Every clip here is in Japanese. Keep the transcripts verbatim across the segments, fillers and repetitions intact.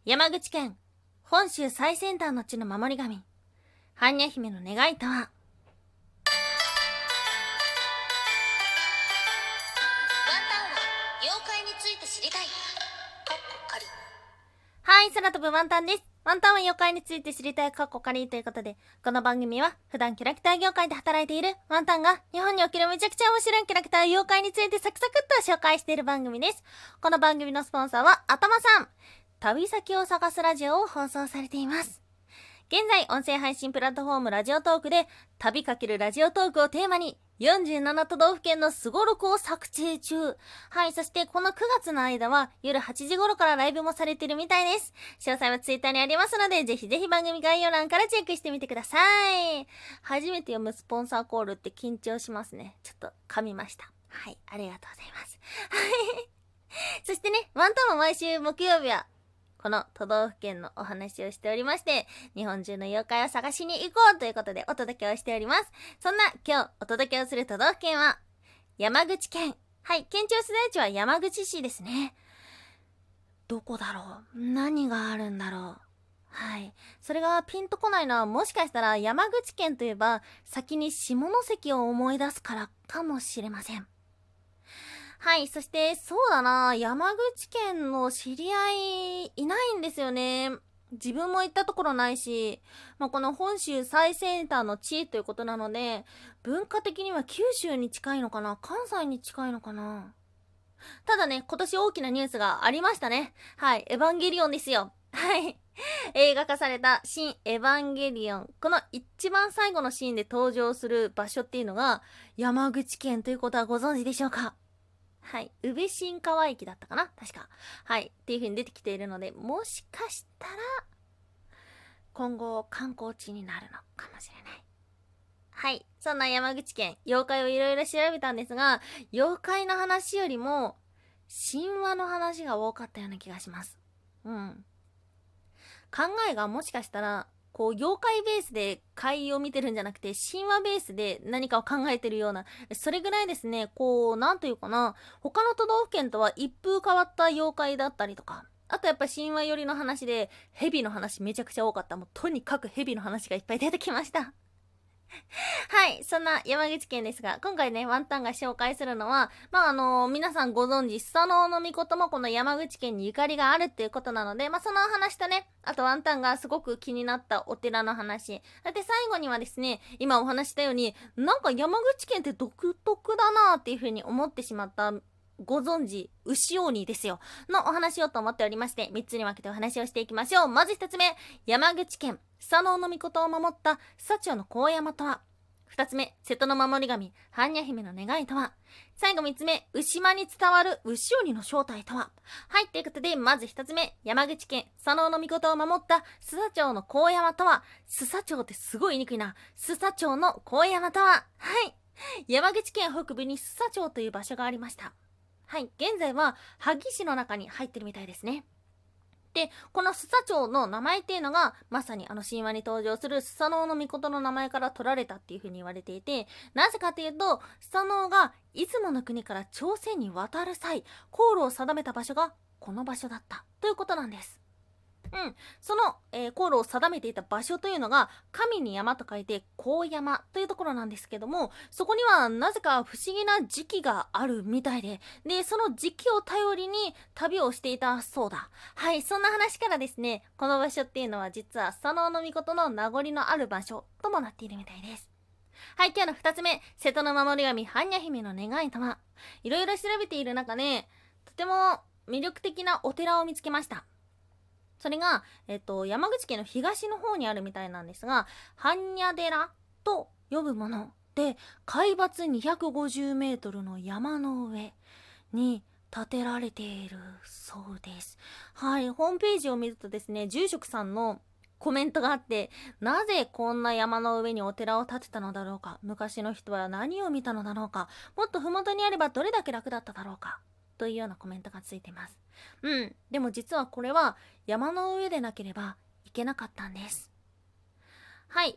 山口県本州最先端の地の守り神、般若姫の願いとは。ワンタンは妖怪について知りたい。かっこかり。 はい、空飛ぶワンタンです。ワンタンは妖怪について知りたいかっこかりということで、この番組は普段キャラクター業界で働いているワンタンが日本におけるめちゃくちゃ面白いキャラクター妖怪についてサクサクっと紹介している番組です。この番組のスポンサーはあたまさん。旅先を探すラジオを放送されています。現在音声配信プラットフォームラジオトークで旅かけるラジオトークをテーマによんじゅうなな都道府県のすごろくを作成中。はい、そしてこのくがつの間は夜はちじ頃からライブもされているみたいです。詳細はツイッターにありますので、ぜひぜひ番組概要欄からチェックしてみてください。初めて読むスポンサーコールって緊張しますね。ちょっと噛みました。はい、ありがとうございます。はい。そしてね、ワンタンも毎週木曜日はこの都道府県のお話をしておりまして、日本中の妖怪を探しに行こうということでお届けをしております。そんな今日お届けをする都道府県は山口県。はい、県庁所在地は山口市ですね。どこだろう、何があるんだろう。はい、それがピンとこないのは、もしかしたら山口県といえば先に下関を思い出すからかもしれません。はい、そしてそうだな、山口県の知り合いいないんですよね。自分も行ったところないし、まあ、この本州最先端の地ということなので、文化的には九州に近いのかな、関西に近いのかな。ただね、今年大きなニュースがありましたね。はい、エヴァンゲリオンですよ。はい。映画化された新エヴァンゲリオン。この一番最後のシーンで登場する場所っていうのが山口県ということはご存知でしょうか。はい。宇部新川駅だったかな確か。はい。っていう風に出てきているので、もしかしたら、今後観光地になるのかもしれない。はい。そんな山口県、妖怪をいろいろ調べたんですが、妖怪の話よりも、神話の話が多かったような気がします。うん。考えがもしかしたら、こう妖怪ベースで怪異を見てるんじゃなくて神話ベースで何かを考えてるような、それぐらいですね、こうなんというかな、他の都道府県とは一風変わった妖怪だったりとか、あとやっぱ神話寄りの話で蛇の話めちゃくちゃ多かった。もうとにかく蛇の話がいっぱい出てきました。はい、そんな山口県ですが、今回ね、ワンタンが紹介するのは、まああのー、皆さんご存知、スサノオノミコトもこの山口県にゆかりがあるっていうことなので、まあその話とね、あとワンタンがすごく気になったお寺の話。で、最後にはですね、今お話したように、なんか山口県って独特だなっていう風に思ってしまったご存知、牛鬼ですよ。のお話をと思っておりまして、みっつに分けてお話をしていきましょう。まずひとつめ、山口県、スサノオノミコトを守ったスサチョウの高山とは。二つ目、瀬戸の守り神、般若姫の願いとは。最後三つ目、牛間に伝わる牛鬼の正体とは。はい、ということで、まず一つ目、山口県、スサノオノミコトを守ったスサチョウの高山とは。スサチョウってすごい言いにくいな。スサチョウの高山とは。はい。山口県北部にスサチョウという場所がありました。はい、現在は萩市の中に入ってるみたいですね。で、このスサチョウの名前っていうのが、まさにあの神話に登場するスサノオノミコトの名前から取られたっていう風に言われていて、なぜかというと、スサノオが出雲の国から朝鮮に渡る際、航路を定めた場所がこの場所だったということなんです。うん、その、えー、航路を定めていた場所というのが神に山と書いて高山というところなんですけども、そこにはなぜか不思議な時期があるみたいで、でその時期を頼りに旅をしていたそうだ。はい、そんな話からですね、この場所っていうのは実はスサノオノミコトの名残のある場所ともなっているみたいです。はい、今日のふたつめ、瀬戸の守り神般若姫の願いとは。いろいろ調べている中でとても魅力的なお寺を見つけました。それが、えっと、山口県の東の方にあるみたいなんですが、般若寺と呼ぶもので、海抜にひゃくごじゅうメートルの山の上に建てられているそうです。はい、ホームページを見るとですね、住職さんのコメントがあって、なぜこんな山の上にお寺を建てたのだろうか、昔の人は何を見たのだろうか、もっと麓にあればどれだけ楽だっただろうか、というようなコメントがついています。うん、でも実はこれは山の上でなければいけなかったんです。はい、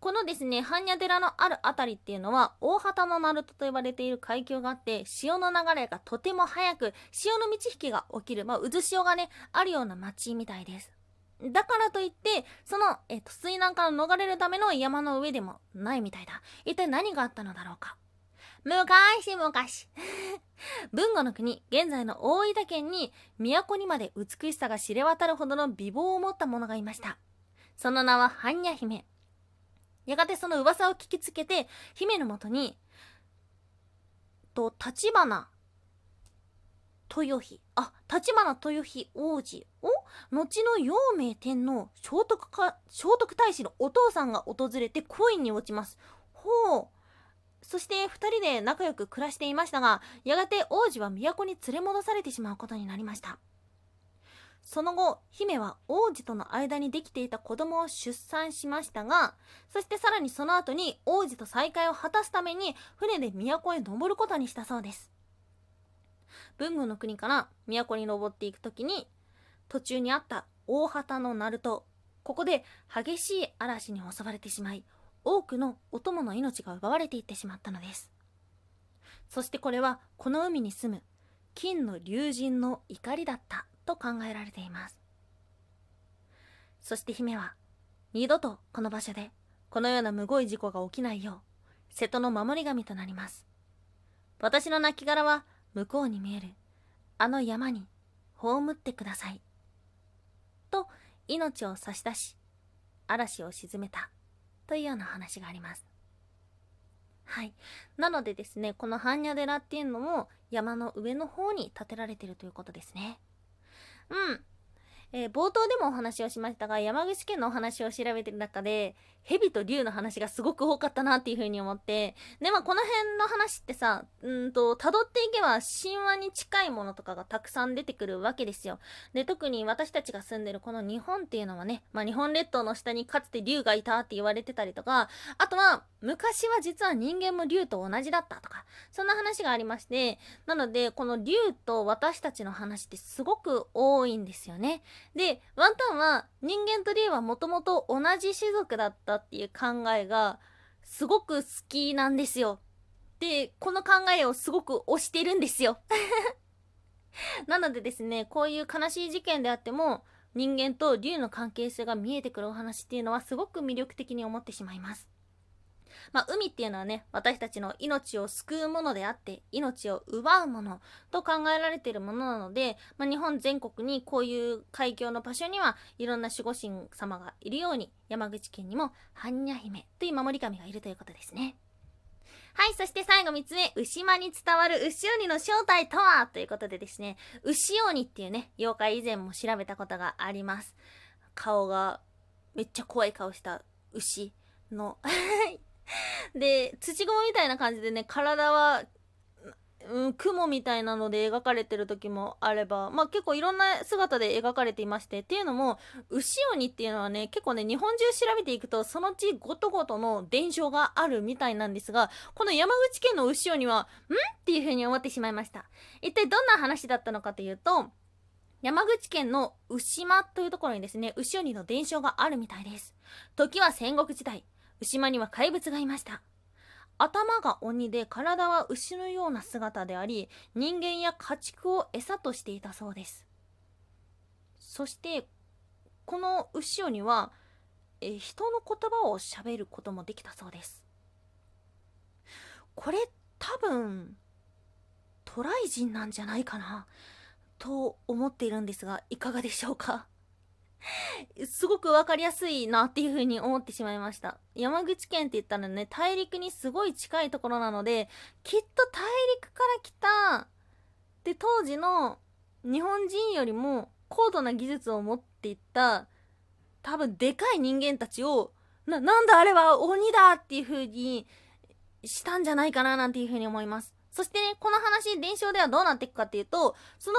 このですね、般若寺のあるあたりっていうのは、大畑の鳴門と呼ばれている海峡があって、潮の流れがとても速く、潮の満ち引きが起きる、まあ、渦潮がね、あるような町みたいです。だからといって、その、えっと、水難から逃れるための山の上でもないみたいだ。一体何があったのだろうか。昔々豊後の国、現在の大分県に、都にまで美しさが知れ渡るほどの美貌を持った者がいました。その名は般若姫。やがてその噂を聞きつけて、姫のもとに、と、立花豊妃、あ、立花豊妃王子を、後の陽明天皇、聖徳か、聖徳太子のお父さんが訪れて恋に落ちます。ほう。そして二人で仲良く暮らしていましたが、やがて王子は都に連れ戻されてしまうことになりました。その後、姫は王子との間にできていた子供を出産しましたが、そしてさらにその後に王子と再会を果たすために船で都へ登ることにしたそうです。豊後の国から都に登っていくときに、途中にあった大畑の鳴門、ここで激しい嵐に襲われてしまい、多くのお供の命が奪われていってしまったのです。そしてこれはこの海に住む金の龍神の怒りだったと考えられています。そして姫は二度とこの場所でこのようなむごい事故が起きないよう瀬戸の守り神となります。私の亡骸は向こうに見えるあの山に葬ってくださいと命を差し出し嵐を鎮めたというような話があります。はい。なのでですね、この般若寺っていうのも山の上の方に建てられているということですね。うん。えー、冒頭でもお話をしましたが、山口県のお話を調べてる中で、蛇と竜の話がすごく多かったなっていう風に思って、で、まあこの辺の話ってさ、うんと、辿っていけば神話に近いものとかがたくさん出てくるわけですよ。で、特に私たちが住んでるこの日本っていうのはね、まあ日本列島の下にかつて竜がいたって言われてたりとか、あとは、昔は実は人間も竜と同じだったとか、そんな話がありまして、なので、この竜と私たちの話ってすごく多いんですよね。で、ワンタンは人間と竜はもともと同じ種族だったっていう考えがすごく好きなんですよ。で、この考えをすごく推してるんですよ。なのでですね、こういう悲しい事件であっても人間と竜の関係性が見えてくるお話っていうのはすごく魅力的に思ってしまいます。まあ、海っていうのはね、私たちの命を救うものであって、命を奪うものと考えられているものなので、まあ、日本全国にこういう海峡の場所にはいろんな守護神様がいるように、山口県にも般若姫という守り神がいるということですね。はい、そして最後みっつめ、牛間に伝わる牛鬼の正体とはということでですね、牛鬼っていうね、妖怪以前も調べたことがあります。顔がめっちゃ怖い顔した牛ので、土雲みたいな感じでね、体は、うん、雲みたいなので描かれてる時もあれば、まあ結構いろんな姿で描かれていまして、っていうのも、牛鬼っていうのはね、結構ね、日本中調べていくと、そのうちごとごとの伝承があるみたいなんですが、この山口県の牛鬼は、んっていう風に思ってしまいました。一体どんな話だったのかというと、山口県の牛間というところにですね、牛鬼の伝承があるみたいです。時は戦国時代。牛間には怪物がいました。頭が鬼で体は牛のような姿であり、人間や家畜を餌としていたそうです。そしてこの牛鬼はえ人の言葉を喋ることもできたそうです。これ多分渡来人なんじゃないかなと思っているんですが、いかがでしょうか。すごくわかりやすいなっていう風に思ってしまいました。山口県って言ったらね、大陸にすごい近いところなので、きっと大陸から来た、で、当時の日本人よりも高度な技術を持っていった、多分でかい人間たちを、な、なんだあれは鬼だっていう風にしたんじゃないかななんていう風に思います。そしてね、この話、伝承ではどうなっていくかっていうと、その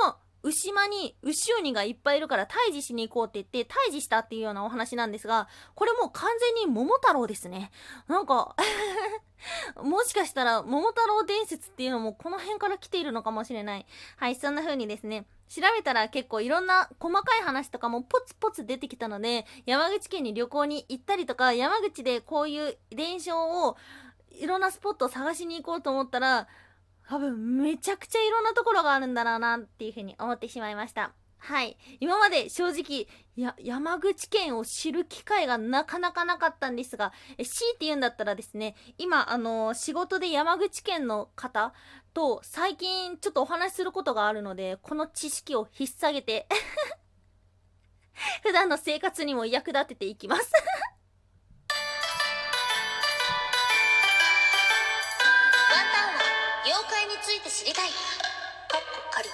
牛間に牛鬼がいっぱいいるから退治しに行こうって言って退治したっていうようなお話なんですが、これもう完全に桃太郎ですね。なんかもしかしたら桃太郎伝説っていうのもこの辺から来ているのかもしれない。はい、そんな風にですね、調べたら結構いろんな細かい話とかもポツポツ出てきたので、山口県に旅行に行ったりとか、山口でこういう伝承をいろんなスポットを探しに行こうと思ったら、多分めちゃくちゃいろんなところがあるんだろうなっていう風に思ってしまいました。はい。今まで正直、や、山口県を知る機会がなかなかなかったんですが、え、強いて言うんだったらですね、今、あのー仕事で山口県の方と最近ちょっとお話しすることがあるので、この知識を引っ提げて、普段の生活にも役立てていきます。 ワンタンは妖怪について知りたい。かっこかり。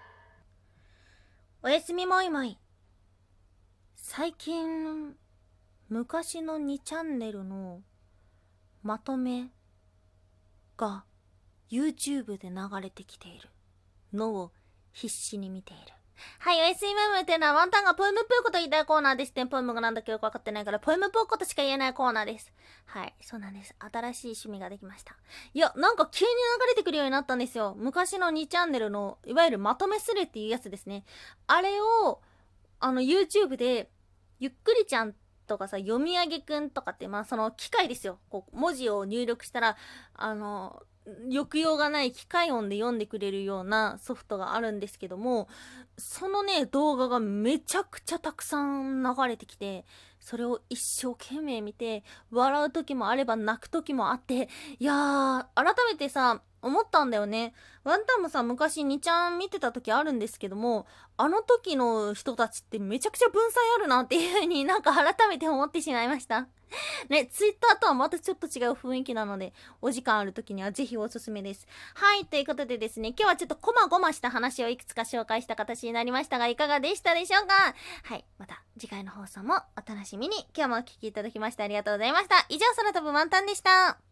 おやすみもいもい。最近、昔のにチャンネルのまとめが YouTube で流れてきているのを必死に見ている。はい、おやすみもいもいっていうのはワンタンがポエムっぽいこと言いたいコーナーですね。ポエムがなんだかよくわかってないからポエムっぽいことしか言えないコーナーです。はい、そうなんです。新しい趣味ができました。いや、なんか急に流れてくるようになったんですよ。昔のにチャンネルのいわゆるまとめスレっていうやつですね。あれをあの YouTube でゆっくりちゃんとかさ、読み上げくんとかって、まあその機械ですよ。こう文字を入力したらあの抑揚がない機械音で読んでくれるようなソフトがあるんですけども、そのね動画がめちゃくちゃたくさん流れてきて、それを一生懸命見て、笑う時もあれば泣く時もあって、いやー改めてさ思ったんだよね。ワンタンもさ昔にちゃん見てた時あるんですけども、あの時の人たちってめちゃくちゃ文才あるなっていう風になんか改めて思ってしまいましたね。ツイッターとはまたちょっと違う雰囲気なので、お時間ある時にはぜひおすすめです。はい、ということでですね、今日はちょっとこまごました話をいくつか紹介した形になりましたが、いかがでしたでしょうか。はい、また次回の放送もお楽しみに。今日もお聞きいただきましてありがとうございました。以上、空飛ぶワンタンでした。